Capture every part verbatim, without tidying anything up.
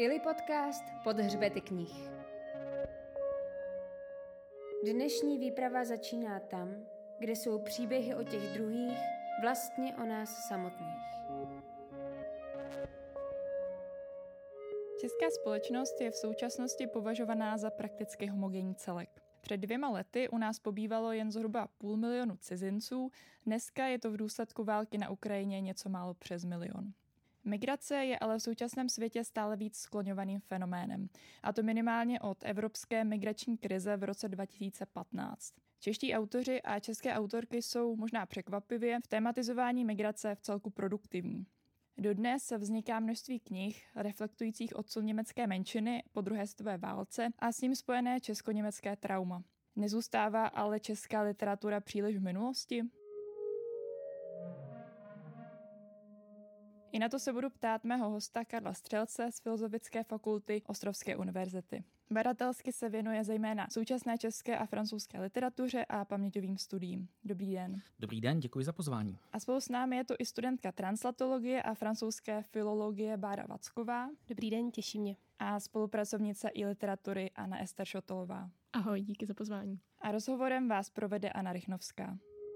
Ili podcast Pod hřbety knih. Dnešní výprava začíná tam, kde jsou příběhy o těch druhých vlastně o nás samotných. Česká společnost je v současnosti považovaná za prakticky homogenní celek. Před dvěma lety u nás pobývalo jen zhruba půl milionu cizinců, dneska je to v důsledku války na Ukrajině něco málo přes milion. Migrace je ale v současném světě stále víc skloňovaným fenoménem, a to minimálně od evropské migrační krize v roce dva tisíce patnáct. Čeští autoři a české autorky jsou možná překvapivě v tématizování migrace v celku produktivní. Dodnes vzniká množství knih reflektujících odsun německé menšiny po druhé světové válce a s ním spojené česko-německé trauma. Nezůstává ale česká literatura příliš v minulosti? I na to se budu ptát mého hosta Karla Střelce z Filozofické fakulty Ostrovské univerzity. Badatelsky se věnuje zejména současné české a francouzské literatuře a paměťovým studiím. Dobrý den. Dobrý den, děkuji za pozvání. A spolu s námi je to i studentka translatologie a francouzské filologie Bára Vacková. Dobrý den, těší mě. A spolupracovnice i literatury Anna Ester Šotolová. Ahoj, díky za pozvání. A rozhovorem vás provede Anna Rychnovská.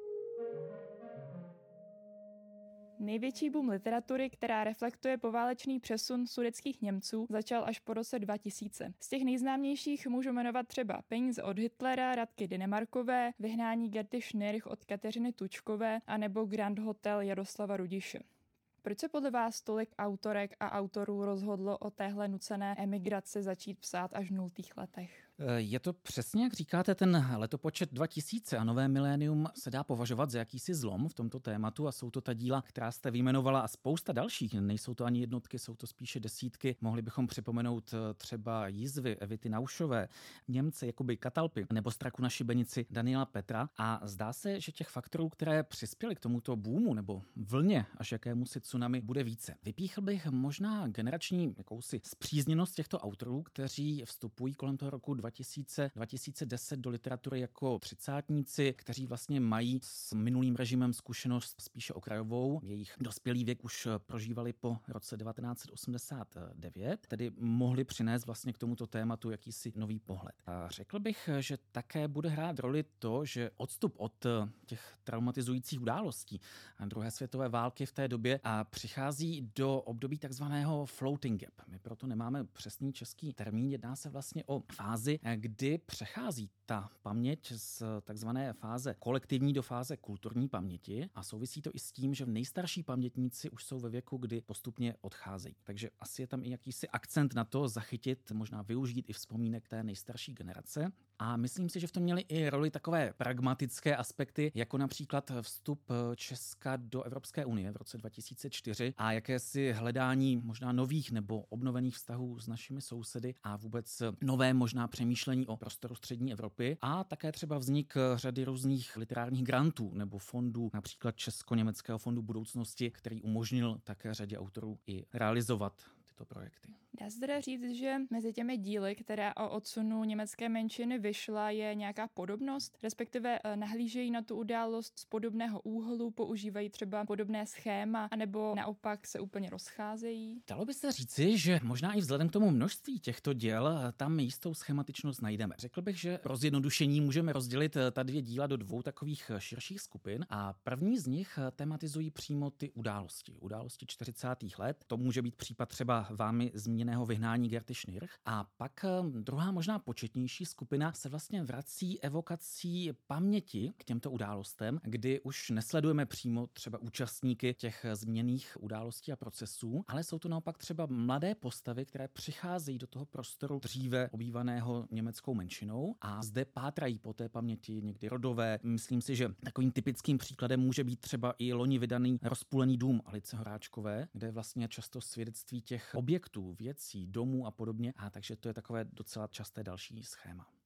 Největší boom literatury, která reflektuje poválečný přesun sudetských Němců, začal až po roce dva tisíce. Z těch nejznámějších můžu jmenovat třeba Peníze od Hitlera Radky Dynemarkové, Vyhnání Gerty Schnirch od Kateřiny Tučkové a nebo Grand Hotel Jaroslava Rudiše. Proč se podle vás tolik autorek a autorů rozhodlo o téhle nucené emigraci začít psát až v nultých letech? Je to přesně, jak říkáte, ten letopočet dva tisíce a nové milénium se dá považovat za jakýsi zlom v tomto tématu a jsou to ta díla, která jste vyjmenovala a spousta dalších. Nejsou to ani jednotky, jsou to spíše desítky. Mohli bychom připomenout třeba Jizvy Evity Naušové, Němce Jakuby Katalpy nebo Straku na šibenici Daniela Petra a zdá se, že těch faktorů, které přispěly k tomuto boomu nebo vlně až jakémusi tsunami bude více. Vypíchl bych možná generační jakousi spřízněnost těchto autorů, kteří vstupují kolem toho roku dva tisíce, dva tisíce deset do literatury jako třicátníci, kteří vlastně mají s minulým režimem zkušenost spíše okrajovou. Jejich dospělý věk už prožívali po roce devatenáct osmdesát devět, tedy mohli přinést vlastně k tomuto tématu jakýsi nový pohled. A řekl bych, že také bude hrát roli to, že odstup od těch traumatizujících událostí druhé světové války v té době a přichází do období takzvaného floating gap. My proto nemáme přesný český termín, jedná se vlastně o fázi, kdy přechází ta paměť z takzvané fáze kolektivní do fáze kulturní paměti a souvisí to i s tím, že nejstarší pamětníci už jsou ve věku, kdy postupně odcházejí. Takže asi je tam i jakýsi akcent na to zachytit, možná využít i vzpomínek té nejstarší generace. A myslím si, že v tom měly i roli takové pragmatické aspekty, jako například vstup Česka do Evropské unie v roce dva tisíce čtyři a jakési hledání možná nových nebo obnovených vztahů s našimi sousedy a vůbec nové možná přemýšlení o prostoru střední Evropy a také třeba vznik řady různých literárních grantů nebo fondů, například Česko-německého fondu budoucnosti, který umožnil také řadě autorů i realizovat tyto projekty. Dá se teda říct, že mezi těmi díly, které o odsunu německé menšiny vyšla, je nějaká podobnost, respektive nahlížejí na tu událost z podobného úhlu, používají třeba podobné schéma, anebo naopak se úplně rozcházejí? Dalo by se říci, že možná i vzhledem k tomu množství těchto děl tam jistou schematičnost najdeme. Řekl bych, že pro zjednodušení můžeme rozdělit ta dvě díla do dvou takových širších skupin a první z nich tematizují přímo ty události. Události čtyřicátých let. To může být případ třeba vámi zmíněného Vyhnání Gerty Schnirch. A pak druhá možná početnější skupina se vlastně vrací evokací paměti k těmto událostem, kdy už nesledujeme přímo třeba účastníky těch zmíněných událostí a procesů, ale jsou to naopak třeba mladé postavy, které přicházejí do toho prostoru dříve obývaného německou menšinou a zde pátrají po té paměti někdy rodové. Myslím si, že takovým typickým příkladem může být třeba i loni vydaný Rozpůlený dům Alice Horáčkové, kde je vlastně často svědectví těch objektů, věcí, domů a podobně. A takže to je takové docela časté další schéma.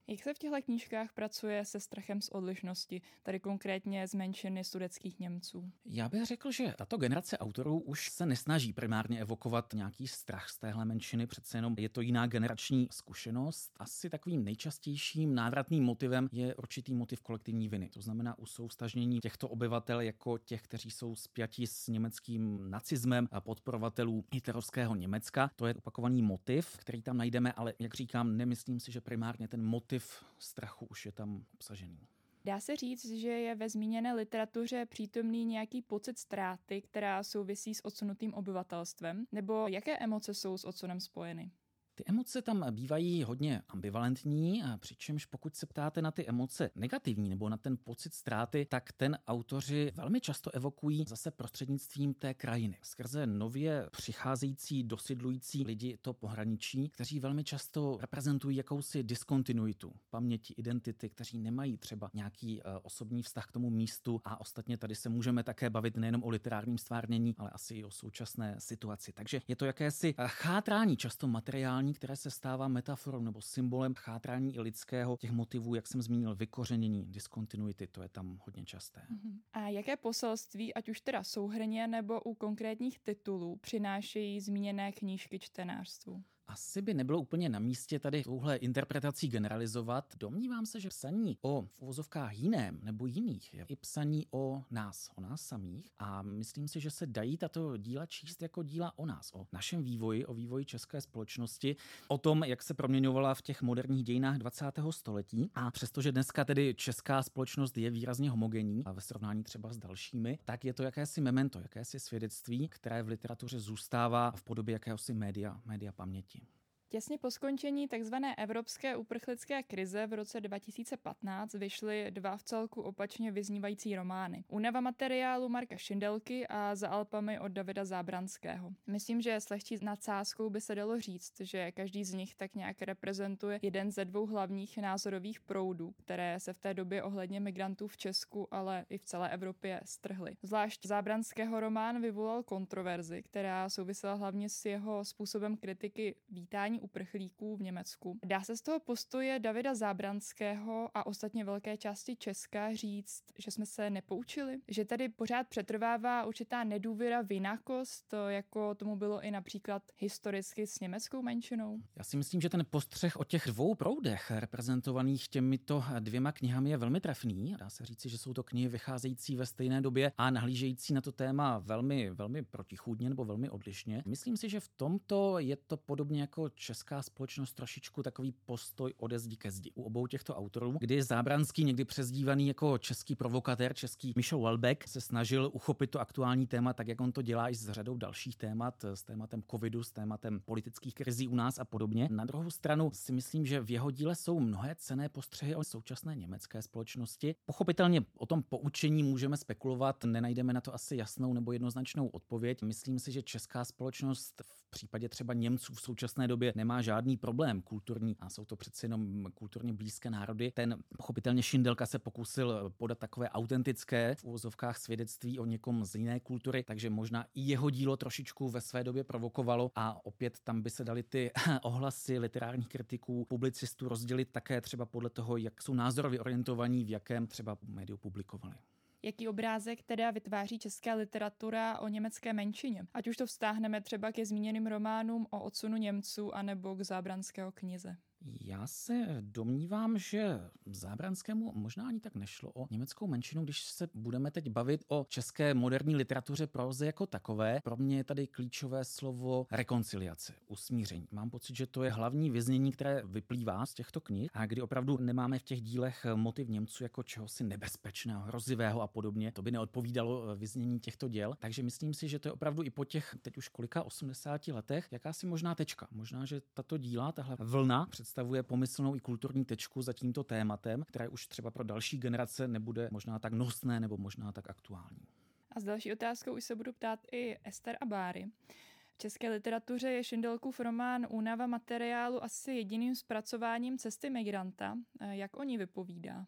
Jak se v těchto knížkách pracuje se strachem z odlišnosti, tady konkrétně z menšiny sudetských Němců? Já bych řekl, že tato generace autorů už se nesnaží primárně evokovat nějaký strach z téhle menšiny, přece jenom je to jiná generační zkušenost. Asi takovým nejčastějším návratným motivem je určitý motiv kolektivní viny. To znamená usoustažnění těchto obyvatel jako těch, kteří jsou spjati s německým nacismem a podporovatelů hitlerovského Německa. To je opakovaný motiv, který tam najdeme, ale jak říkám, nemyslím si, že primárně ten motiv strachu už je tam obsažený. Dá se říct, že je ve zmíněné literatuře přítomný nějaký pocit ztráty, která souvisí s odsunutým obyvatelstvem, nebo jaké emoce jsou s odsunem spojeny? Ty emoce tam bývají hodně ambivalentní, a přičemž pokud se ptáte na ty emoce negativní nebo na ten pocit ztráty, tak ten autoři velmi často evokují zase prostřednictvím té krajiny. Skrze nově přicházející, dosidlující lidi to pohraničí, kteří velmi často reprezentují jakousi diskontinuitu paměti, identity, kteří nemají třeba nějaký uh, osobní vztah k tomu místu, a ostatně tady se můžeme také bavit nejenom o literárním stvárnění, ale asi i o současné situaci. Takže je to jakési uh, chátrání často materiální, které se stává metaforou nebo symbolem chátrání i lidského, těch motivů, jak jsem zmínil, vykořenění, diskontinuity, to je tam hodně časté. A jaké poselství, ať už teda souhrnně nebo u konkrétních titulů, přinášejí zmíněné knížky čtenářstvu? Asi by nebylo úplně na místě tady touhle interpretací generalizovat. Domnívám se, že psaní o v uvozovkách jiném nebo jiných je i psaní o nás, o nás samých, a myslím si, že se dají tato díla číst jako díla o nás, o našem vývoji, o vývoji české společnosti, o tom, jak se proměňovala v těch moderních dějinách dvacátého století. A přestože dneska tedy česká společnost je výrazně homogenní a ve srovnání třeba s dalšími, tak je to jakési memento, jakési svědectví, které v literatuře zůstává v podobě jakéhosi média, média paměti. Těsně po skončení tzv. Evropské uprchlické krize v roce dva tisíce patnáct vyšly dva vcelku opačně vyznívající romány. Únava materiálu Marka Šindelky a Za Alpami od Davida Zábranského. Myslím, že s lehčí nadsázkou by se dalo říct, že každý z nich tak nějak reprezentuje jeden ze dvou hlavních názorových proudů, které se v té době ohledně migrantů v Česku, ale i v celé Evropě strhly. Zvlášť Zábranského román vyvolal kontroverzi, která souvisela hlavně s jeho způsobem kritiky vítání uprchlíků v Německu. Dá se z toho postoje Davida Zábranského a ostatně velké části Česka říct, že jsme se nepoučili? Že tady pořád přetrvává určitá nedůvěra, vinakost, jako tomu bylo i například historicky s německou menšinou? Já si myslím, že ten postřeh o těch dvou proudech reprezentovaných těmito dvěma knihami je velmi trefný. Dá se říci, že jsou to knihy vycházející ve stejné době a nahlížející na to téma velmi, velmi protichůdně nebo velmi odlišně. Myslím si, že v tomto je to podobně jako česká společnost trošičku takový postoj ode zdi ke zdi u obou těchto autorů, kdy Zábranský, někdy přezdívaný jako český provokatér, český Michel Houellebecq, se snažil uchopit to aktuální téma, tak jak on to dělá i s řadou dalších témat, s tématem covidu, s tématem politických krizí u nás a podobně. Na druhou stranu si myslím, že v jeho díle jsou mnohé cenné postřehy o současné německé společnosti. Pochopitelně o tom poučení můžeme spekulovat, nenajdeme na to asi jasnou nebo jednoznačnou odpověď. Myslím si, že česká společnost v případě třeba Němců v současné době nemá žádný problém kulturní a jsou to přeci jenom kulturně blízké národy. Ten pochopitelně Šindelka se pokusil podat takové autentické v uvozovkách svědectví o někom z jiné kultury, takže možná i jeho dílo trošičku ve své době provokovalo a opět tam by se daly ty ohlasy literárních kritiků, publicistů rozdělit také třeba podle toho, jak jsou názorově orientovaní, v jakém třeba médiu publikovali. Jaký obrázek teda vytváří česká literatura o německé menšině? Ať už to vztáhneme třeba ke zmíněným románům o odsunu Němců anebo k Zábranského knize. Já se domnívám, že Zábranskému možná ani tak nešlo o německou menšinu, když se budeme teď bavit o české moderní literatuře prózy jako takové. Pro mě je tady klíčové slovo rekonciliace, usmíření. Mám pocit, že to je hlavní vyznění, které vyplývá z těchto knih, a kdy opravdu nemáme v těch dílech motiv Němců jako čehosi nebezpečného, hrozivého a podobně. To by neodpovídalo vyznění těchto děl. Takže myslím si, že to je opravdu i po těch teď už kolika osmdesáti letech jakási možná tečka. Možná, že tato díla, tahle vlna představuje pomyslnou i kulturní tečku za tímto tématem, které už třeba pro další generace nebude možná tak nosné nebo možná tak aktuální. A s další otázkou už se budu ptát i Ester a Báry. V české literatuře je Šindelkův román Únava materiálu asi jediným zpracováním cesty migranta. Jak o ní vypovídá?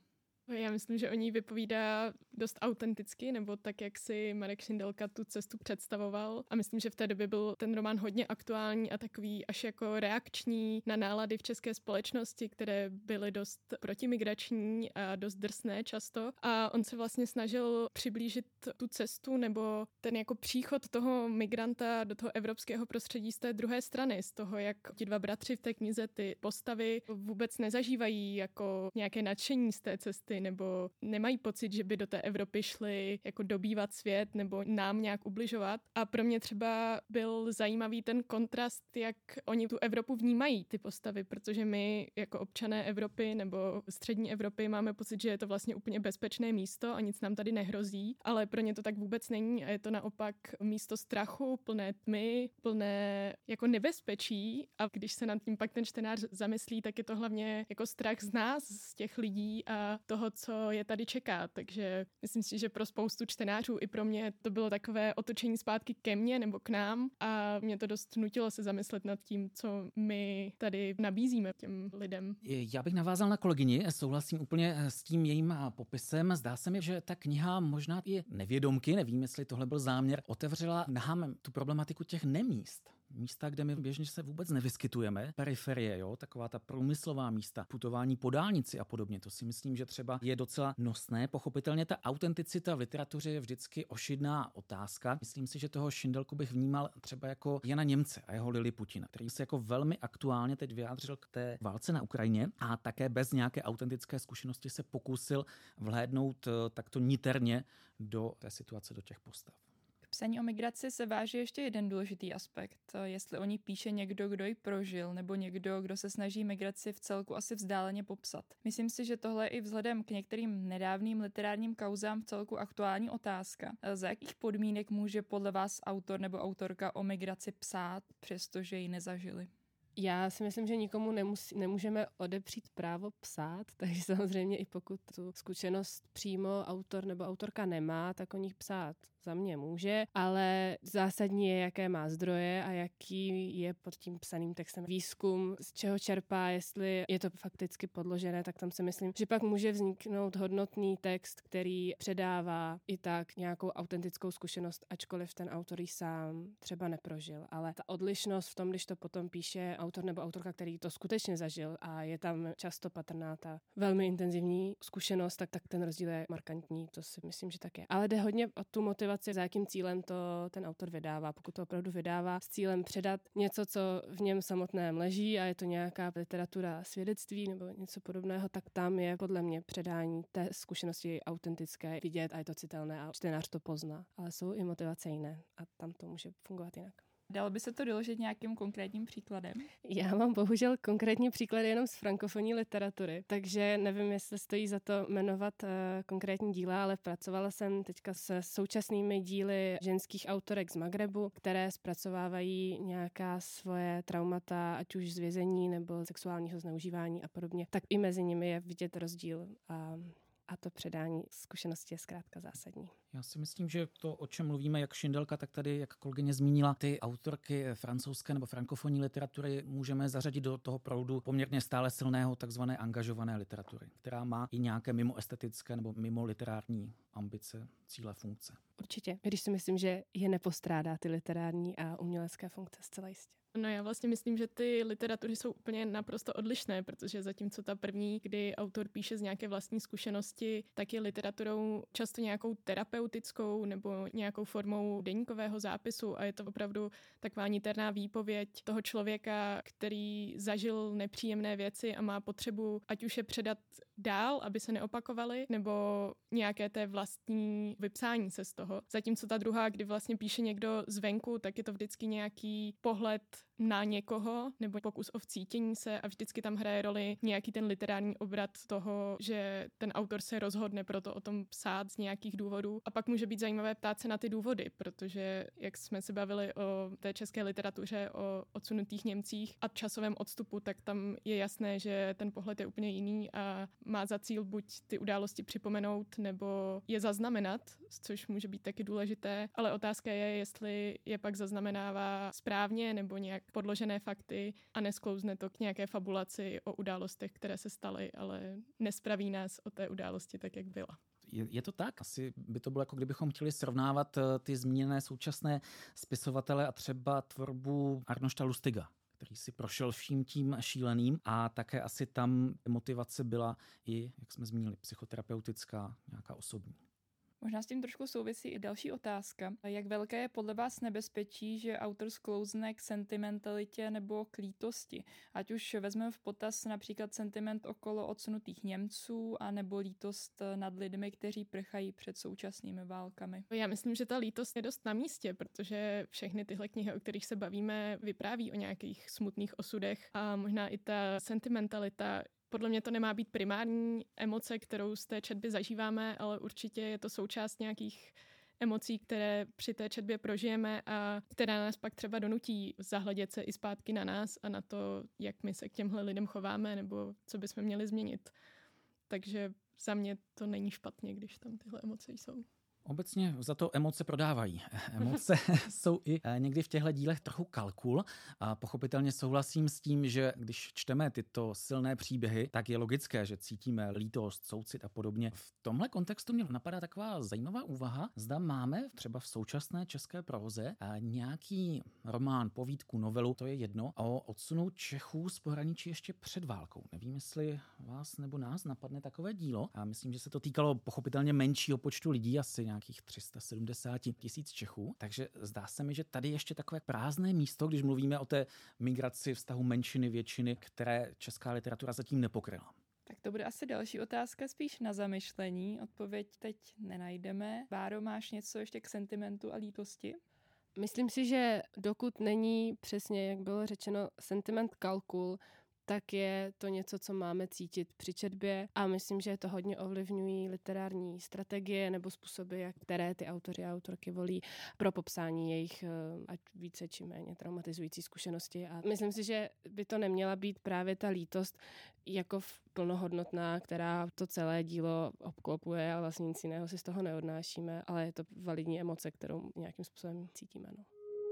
Já myslím, že o ní vypovídá dost autenticky, nebo tak, jak si Marek Šindelka tu cestu představoval. A myslím, že v té době byl ten román hodně aktuální a takový až jako reakční na nálady v české společnosti, které byly dost protimigrační a dost drsné často. A on se vlastně snažil přiblížit tu cestu nebo ten jako příchod toho migranta do toho evropského prostředí z té druhé strany, z toho, jak ti dva bratři v té knize ty postavy vůbec nezažívají jako nějaké nadšení z té cesty nebo nemají pocit, že by do té Evropy šli jako dobývat svět nebo nám nějak ubližovat. A pro mě třeba byl zajímavý ten kontrast, jak oni tu Evropu vnímají, ty postavy, protože my jako občané Evropy nebo střední Evropy máme pocit, že je to vlastně úplně bezpečné místo a nic nám tady nehrozí, ale pro ně to tak vůbec není a je to naopak místo strachu, plné tmy, plné jako nebezpečí a když se nad tím pak ten čtenář zamyslí, tak je to hlavně jako strach z nás, z těch lidí a toho, co je tady čeká. Takže myslím si, že pro spoustu čtenářů i pro mě to bylo takové otočení zpátky ke mně nebo k nám a mě to dost nutilo se zamyslet nad tím, co my tady nabízíme těm lidem. Já bych navázal na kolegyni, souhlasím úplně s tím jejím popisem. Zdá se mi, že ta kniha možná i nevědomky, nevím, jestli tohle byl záměr, otevřela nám tu problematiku těch nemíst. Místa, kde my běžně se vůbec nevyskytujeme, periferie, jo, taková ta průmyslová místa, putování po dálnici a podobně. To si myslím, že třeba je docela nosné. Pochopitelně ta autenticita v literatuře je vždycky ošidná otázka. Myslím si, že toho Šindelku bych vnímal třeba jako Jana Němce a jeho Liliputina, který se jako velmi aktuálně teď vyjádřil k té válce na Ukrajině a také bez nějaké autentické zkušenosti se pokusil vhlédnout takto niterně do té situace, do těch postav. Psaní o migraci se váží ještě jeden důležitý aspekt. Jestli o ní píše někdo, kdo ji prožil, nebo někdo, kdo se snaží migraci v celku asi vzdáleně popsat. Myslím si, že tohle je i vzhledem k některým nedávným literárním kauzám v celku aktuální otázka. Za jakých podmínek může podle vás autor nebo autorka o migraci psát, přestože ji nezažili? Já si myslím, že nikomu nemusí, nemůžeme odepřít právo psát, takže samozřejmě i pokud tu zkušenost přímo autor nebo autorka nemá, tak o nich psát za mě může, ale zásadní je, jaké má zdroje a jaký je pod tím psaným textem výzkum, z čeho čerpá, jestli je to fakticky podložené, tak tam si myslím, že pak může vzniknout hodnotný text, který předává i tak nějakou autentickou zkušenost, ačkoliv ten autor ji sám třeba neprožil. Ale ta odlišnost v tom, když to potom píše autor nebo autorka, který to skutečně zažil a je tam často patrná ta velmi intenzivní zkušenost, tak, tak ten rozdíl je markantní, to si myslím, že tak je. Ale jde hodně o tu motivaci, za jakým cílem to ten autor vydává. Pokud to opravdu vydává s cílem předat něco, co v něm samotném leží a je to nějaká literatura svědectví nebo něco podobného, tak tam je podle mě předání té zkušenosti autentické vidět a je to citelné a čtenář to pozná. Ale jsou i motivace jiné a tam to může fungovat jinak. Dalo by se to doložit nějakým konkrétním příkladem? Já mám bohužel konkrétní příklady jenom z frankofonní literatury, takže nevím, jestli stojí za to jmenovat uh, konkrétní díla, ale pracovala jsem teďka se současnými díly ženských autorek z Magrebu, které zpracovávají nějaká svoje traumata, ať už z vězení nebo sexuálního zneužívání a podobně. Tak i mezi nimi je vidět rozdíl a A to předání zkušenosti je zkrátka zásadní. Já si myslím, že to, o čem mluvíme, jak Šindelka, tak tady, jak kolegyně zmínila, ty autorky francouzské nebo frankofonní literatury můžeme zařadit do toho proudu poměrně stále silného takzvané angažované literatury, která má i nějaké mimo estetické nebo mimo literární ambice, cíle, funkce. Určitě, když si myslím, že je nepostrádá ty literární a umělecké funkce zcela jistě. No já vlastně myslím, že ty literatury jsou úplně naprosto odlišné, protože zatímco ta první, kdy autor píše z nějaké vlastní zkušenosti, tak je literaturou často nějakou terapeutickou nebo nějakou formou deníkového zápisu a je to opravdu taková niterná výpověď toho člověka, který zažil nepříjemné věci a má potřebu, ať už je předat dál, aby se neopakovaly, nebo nějaké té vlastní vypsání se z toho. Zatímco ta druhá, kdy vlastně píše někdo zvenku, tak je to vždycky nějaký pohled na někoho nebo pokus o vcítění se a vždycky tam hraje roli nějaký ten literární obrat toho, že ten autor se rozhodne proto o tom psát z nějakých důvodů. A A pak může být zajímavé ptát se na ty důvody, protože jak jsme se bavili o té české literatuře, o odsunutých Němcích a časovém odstupu, tak tam je jasné, že ten pohled je úplně jiný a má za cíl buď ty události připomenout, nebo je zaznamenat, což může být taky důležité, ale otázka je, jestli je pak zaznamenává správně nebo nějak podložené fakty a nesklouzne to k nějaké fabulaci o událostech, které se staly, ale nespraví nás o té události tak, jak byla. Je, je to tak? Asi by to bylo, jako kdybychom chtěli srovnávat ty zmíněné současné spisovatele a třeba tvorbu Arnošta Lustiga, který si prošel vším tím šíleným a také asi tam motivace byla i, jak jsme zmínili, psychoterapeutická, nějaká osobní. Možná s tím trošku souvisí i další otázka. Jak velké je podle vás nebezpečí, že autor sklouzne k sentimentalitě nebo k lítosti? Ať už vezmeme v potaz například sentiment okolo odsunutých Němců a nebo lítost nad lidmi, kteří prchají před současnými válkami. Já myslím, že ta lítost je dost na místě, protože všechny tyhle knihy, o kterých se bavíme, vypráví o nějakých smutných osudech a možná i ta sentimentalita. Podle mě to nemá být primární emoce, kterou z té četby zažíváme, ale určitě je to součást nějakých emocí, které při té četbě prožijeme a která nás pak třeba donutí zahledět se i zpátky na nás a na to, jak my se k těmhle lidem chováme nebo co bychom měli změnit. Takže za mě to není špatně, když tam tyhle emoce jsou. Obecně za to emoce prodávají. Emoce jsou i někdy v těchto dílech trochu kalkul a pochopitelně souhlasím s tím, že když čteme tyto silné příběhy, tak je logické, že cítíme lítost, soucit a podobně. V tomhle kontextu mě napadá taková zajímavá úvaha. Zda máme třeba v současné české proze nějaký román, povídku, novelu, to je jedno, o odsunu Čechů z pohraničí ještě před válkou. Nevím, jestli vás nebo nás napadne takové dílo. A myslím, že se to týkalo pochopitelně menšího počtu lidí, asi nějakých tři sta sedmdesát tisíc Čechů. Takže zdá se mi, že tady ještě takové prázdné místo, když mluvíme o té migraci vztahu menšiny, většiny, které česká literatura zatím nepokryla. Tak to bude asi další otázka, spíš na zamyšlení. Odpověď teď nenajdeme. Báro, máš něco ještě k sentimentu a lítosti? Myslím si, že dokud není přesně, jak bylo řečeno, sentiment kalkul, tak je to něco, co máme cítit při četbě a myslím, že to hodně ovlivňují literární strategie nebo způsoby, jak které ty autoři a autorky volí pro popsání jejich ať více či méně traumatizující zkušenosti. A myslím si, že by to neměla být právě ta lítost jako plnohodnotná, která to celé dílo obklopuje a vlastně nic jiného si z toho neodnášíme, ale je to validní emoce, kterou nějakým způsobem cítíme. No.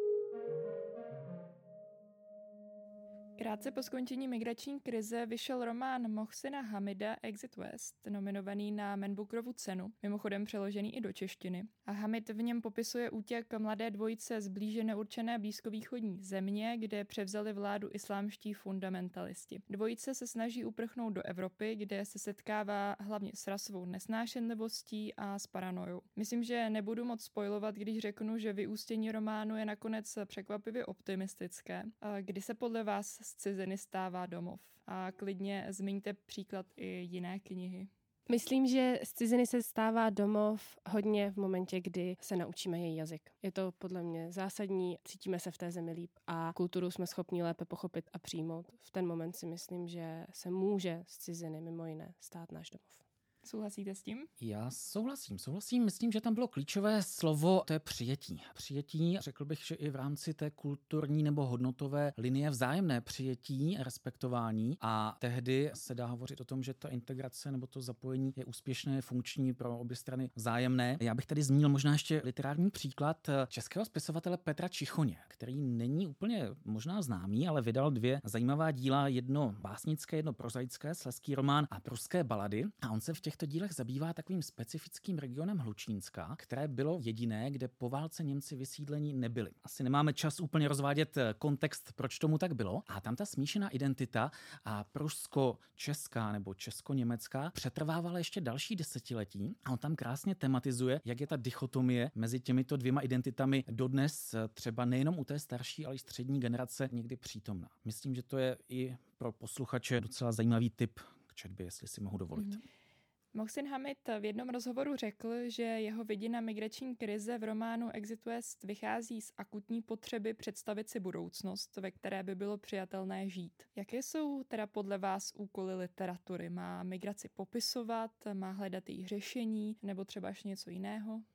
Krátce po skončení migrační krize vyšel román Mohsina Hamida Exit West, nominovaný na Man Bookerovu cenu, mimochodem přeložený i do češtiny. A Hamid v něm popisuje útěk mladé dvojice z blíže neurčené blízkovýchodní země, kde převzali vládu islámští fundamentalisti. Dvojice se snaží uprchnout do Evropy, kde se setkává hlavně s rasovou nesnášenlivostí a s paranojou. Myslím, že nebudu moc spoilovat, když řeknu, že vyústění románu je nakonec překvapivě optimistické. Kdy se podle vás z ciziny stává domov? A klidně zmiňte příklad i jiné knihy. Myslím, že z ciziny se stává domov hodně v momentě, kdy se naučíme její jazyk. Je to podle mě zásadní, cítíme se v té zemi líp a kulturu jsme schopni lépe pochopit a přijmout. V ten moment si myslím, že se může z ciziny mimo jiné stát náš domov. Souhlasíte s tím? Já souhlasím, souhlasím. Myslím, že tam bylo klíčové slovo, to je přijetí. Přijetí, řekl bych, že i v rámci té kulturní nebo hodnotové linie vzájemné přijetí, respektování a tehdy se dá hovořit o tom, že ta integrace nebo to zapojení je úspěšné, funkční pro obě strany vzájemné. Já bych tady zmínil možná ještě literární příklad českého spisovatele Petra Čichoně, který není úplně možná známý, ale vydal dvě zajímavá díla, jedno básnické, jedno prozaické, slezský román a pruské balady. A on se v těchto dílech zabývá takovým specifickým regionem Hlučínska, které bylo jediné, kde po válce Němci vysídlení nebyli. Asi nemáme čas úplně rozvádět kontext, proč tomu tak bylo. A tam ta smíšená identita a prusko-česká nebo česko-německá přetrvávala ještě další desetiletí. A on tam krásně tematizuje, jak je ta dichotomie mezi těmito dvěma identitami dodnes třeba nejenom u té starší, ale i střední generace někdy přítomná. Myslím, že to je i pro posluchače docela zajímavý tip k četbě, jestli si mohu dovolit. Mm. Mohsin Hamid v jednom rozhovoru řekl, že jeho vidina migrační krize v románu Exit West vychází z akutní potřeby představit si budoucnost, ve které by bylo přijatelné žít. Jaké jsou teda podle vás úkoly literatury? Má migraci popisovat, má hledat její řešení, nebo třeba ještě něco jiného?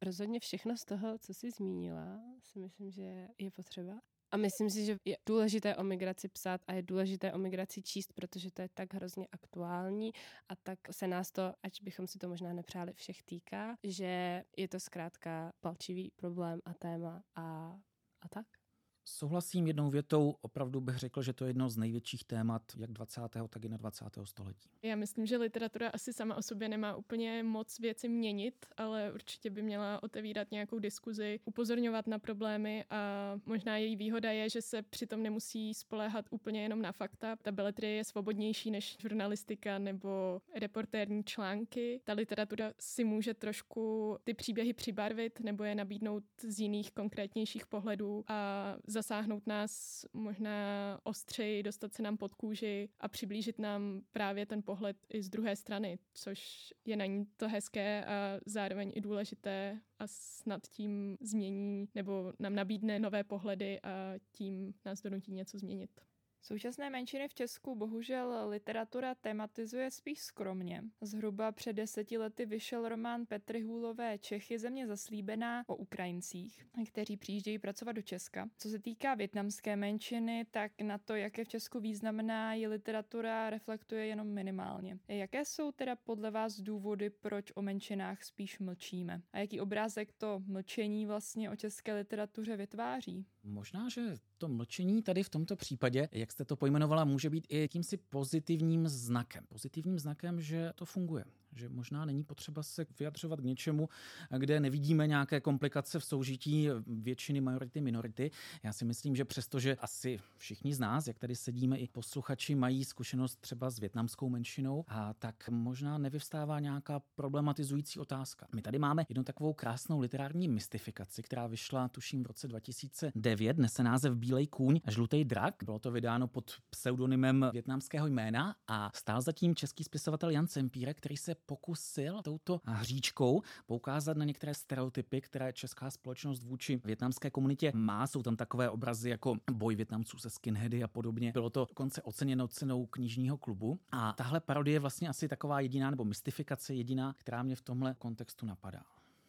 Rozhodně všechno z toho, co jsi zmínila, si myslím, že je potřeba. A myslím si, že je důležité o migraci psát a je důležité o migraci číst, protože to je tak hrozně aktuální a tak se nás to, ať bychom si to možná nepřáli, všech týká, že je to zkrátka palčivý problém a téma a, a tak. Souhlasím jednou větou, opravdu bych řekl, že to je jedno z největších témat jak dvacátého tak i na dvacátého století. Já myslím, že literatura asi sama o sobě nemá úplně moc věci měnit, ale určitě by měla otevírat nějakou diskuzi, upozorňovat na problémy a možná její výhoda je, že se přitom nemusí spoléhat úplně jenom na fakta. Ta beletrie je svobodnější než žurnalistika nebo reportérní články. Ta literatura si může trošku ty příběhy přibarvit nebo je nabídnout z jiných konkrétnějších pohledů a zasáhnout nás možná ostřeji, dostat se nám pod kůži a přiblížit nám právě ten pohled i z druhé strany, což je na ní to hezké a zároveň i důležité a snad tím změní nebo nám nabídne nové pohledy a tím nás donutí něco změnit. Současné menšiny v Česku bohužel literatura tematizuje spíš skromně. Zhruba před deseti lety vyšel román Petry Hůlové Čechy, země zaslíbená, o Ukrajincích, kteří přijíždějí pracovat do Česka. Co se týká vietnamské menšiny, tak na to, jak je v Česku významná, je literatura reflektuje jenom minimálně. Jaké jsou teda podle vás důvody, proč o menšinách spíš mlčíme? A jaký obrázek to mlčení vlastně o české literatuře vytváří? Možná, že to mlčení tady v tomto případě, jak jste to pojmenovala, může být i jakýmsi pozitivním znakem. Pozitivním znakem, že to funguje. Že možná není potřeba se vyjadřovat k něčemu, kde nevidíme nějaké komplikace v soužití většiny, majority, minority. Já si myslím, že přestože asi všichni z nás, jak tady sedíme, i posluchači mají zkušenost třeba s vietnamskou menšinou, a tak možná nevyvstává nějaká problematizující otázka. My tady máme jednu takovou krásnou literární mystifikaci, která vyšla tuším v roce dva tisíce devět, nese název Bílej kůň a žlutý drak. Bylo to vydáno pod pseudonymem vietnamského jména a stál zatím český spisovatel Jan Cempírek, který se pokusil touto hříčkou poukázat na některé stereotypy, které česká společnost vůči vietnamské komunitě má. Jsou tam takové obrazy jako boj Vietnamců se skinheady a podobně. Bylo to dokonce oceněno cenou knižního klubu. A tahle parodie je vlastně asi taková jediná, nebo mystifikace jediná, která mě v tomhle kontextu napadá.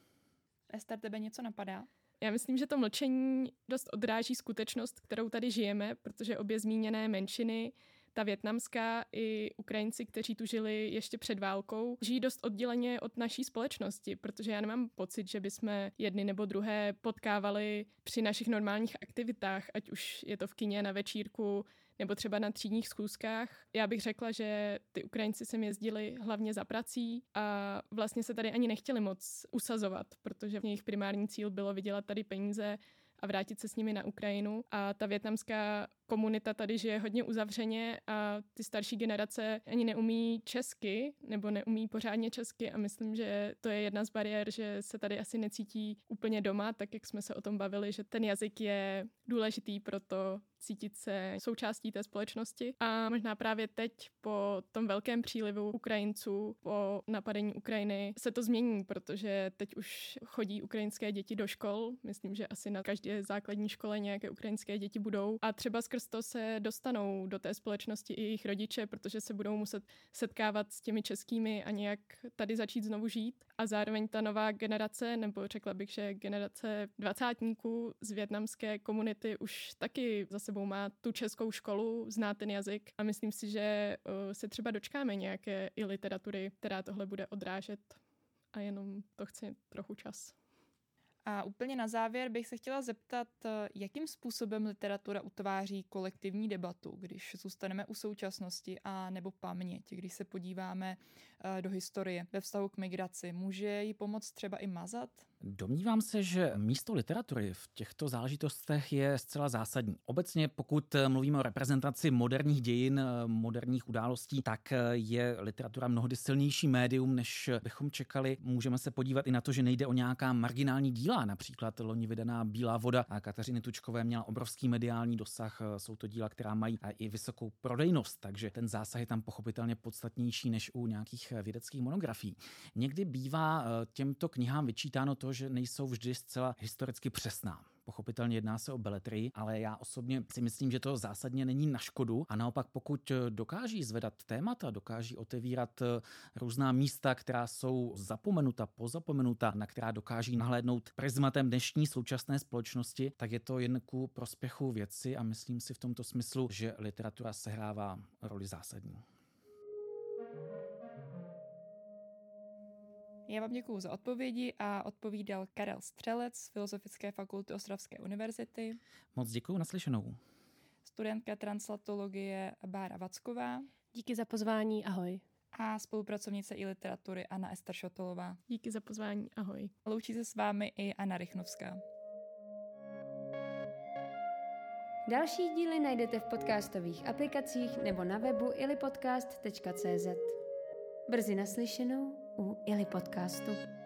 Ester, tebe něco napadá? Já myslím, že to mlčení dost odráží skutečnost, kterou tady žijeme, protože obě zmíněné menšiny, ta vietnamská i Ukrajinci, kteří tu žili ještě před válkou, žijí dost odděleně od naší společnosti, protože já nemám pocit, že bychom jedny nebo druhé potkávali při našich normálních aktivitách, ať už je to v kině, na večírku, nebo třeba na třídních schůzkách. Já bych řekla, že ty Ukrajinci sem jezdili hlavně za prací a vlastně se tady ani nechtěli moc usazovat, protože jejich primární cíl bylo vydělat tady peníze a vrátit se s nimi na Ukrajinu. A ta vietnamská komunita tady žije hodně uzavřeně a ty starší generace ani neumí česky nebo neumí pořádně česky a myslím, že to je jedna z bariér, že se tady asi necítí úplně doma, tak jak jsme se o tom bavili, že ten jazyk je důležitý pro to cítit se součástí té společnosti. A možná právě teď po tom velkém přílivu Ukrajinců, po napadení Ukrajiny se to změní, protože teď už chodí ukrajinské děti do škol. Myslím, že asi na každé základní škole nějaké ukrajinské děti budou. A třeba skrz to se dostanou do té společnosti i jejich rodiče, protože se budou muset setkávat s těmi českými a nějak tady začít znovu žít. A zároveň ta nová generace, nebo řekla bych, že generace dvacátníků z vietnamské komunity už taky za sebou má tu českou školu, zná ten jazyk a myslím si, že se třeba dočkáme nějaké i literatury, která tohle bude odrážet a jenom to chce trochu čas. A úplně na závěr bych se chtěla zeptat, jakým způsobem literatura utváří kolektivní debatu, když zůstaneme u současnosti a nebo paměť, když se podíváme do historie ve vztahu k migraci. Může jí pomoct třeba i mazat? Domnívám se, že místo literatury v těchto záležitostech je zcela zásadní. Obecně, pokud mluvíme o reprezentaci moderních dějin, moderních událostí, tak je literatura mnohdy silnější médium, než bychom čekali. Můžeme se podívat i na to, že nejde o nějaká marginální díla. Například loni vydaná Bílá voda a Kateřiny Tučkové měla obrovský mediální dosah. Jsou to díla, která mají i vysokou prodejnost, takže ten zásah je tam pochopitelně podstatnější než u nějakých vědeckých monografií. Někdy bývá těmto knihám vyčítáno to, že nejsou vždy zcela historicky přesná. Pochopitelně jedná se o beletrii, ale já osobně si myslím, že to zásadně není na škodu a naopak pokud dokáží zvedat témata, dokáží otevírat různá místa, která jsou zapomenuta, pozapomenuta, na která dokáží nahlédnout prismatem dnešní současné společnosti, tak je to jen ku prospěchu věci a myslím si v tomto smyslu, že literatura sehrává roli zásadní. Já vám děkuju za odpovědi a odpovídal Karel Střelec z Filozofické fakulty Ostravské univerzity. Moc děkuju, naslyšenou. Studentka translatologie Bára Vacková. Díky za pozvání, ahoj. A spolupracovnice i literatury Anna Ester Šotolová. Díky za pozvání, ahoj. Loučí se s vámi i Anna Rychnovská. Další díly najdete v podcastových aplikacích nebo na webu ilipodcast tečka cé zet. Brzy naslyšenou u Ili podcastu.